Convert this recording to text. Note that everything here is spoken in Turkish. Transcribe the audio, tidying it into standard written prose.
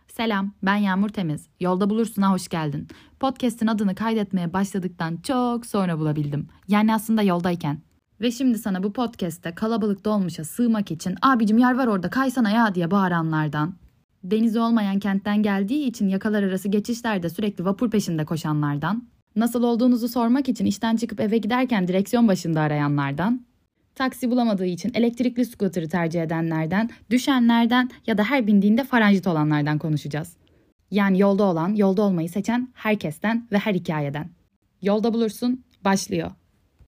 Selam, ben Yağmur Temiz. Yolda Bulursun'a hoş geldin. Podcast'in adını kaydetmeye başladıktan çok sonra bulabildim. Yani aslında yoldayken. Ve şimdi sana bu podcast'te kalabalık dolmuşa sığmak için "Abicim yer var orada kaysana ya" diye bağıranlardan, denizi olmayan kentten geldiği için yakalar arası geçişlerde sürekli vapur peşinde koşanlardan, nasıl olduğunuzu sormak için işten çıkıp eve giderken direksiyon başında arayanlardan, taksi bulamadığı için elektrikli scooter'ı tercih edenlerden, düşenlerden ya da her bindiğinde faranjit olanlardan konuşacağız. Yani yolda olan, yolda olmayı seçen herkesten ve her hikayeden. Yolda Bulursun başlıyor.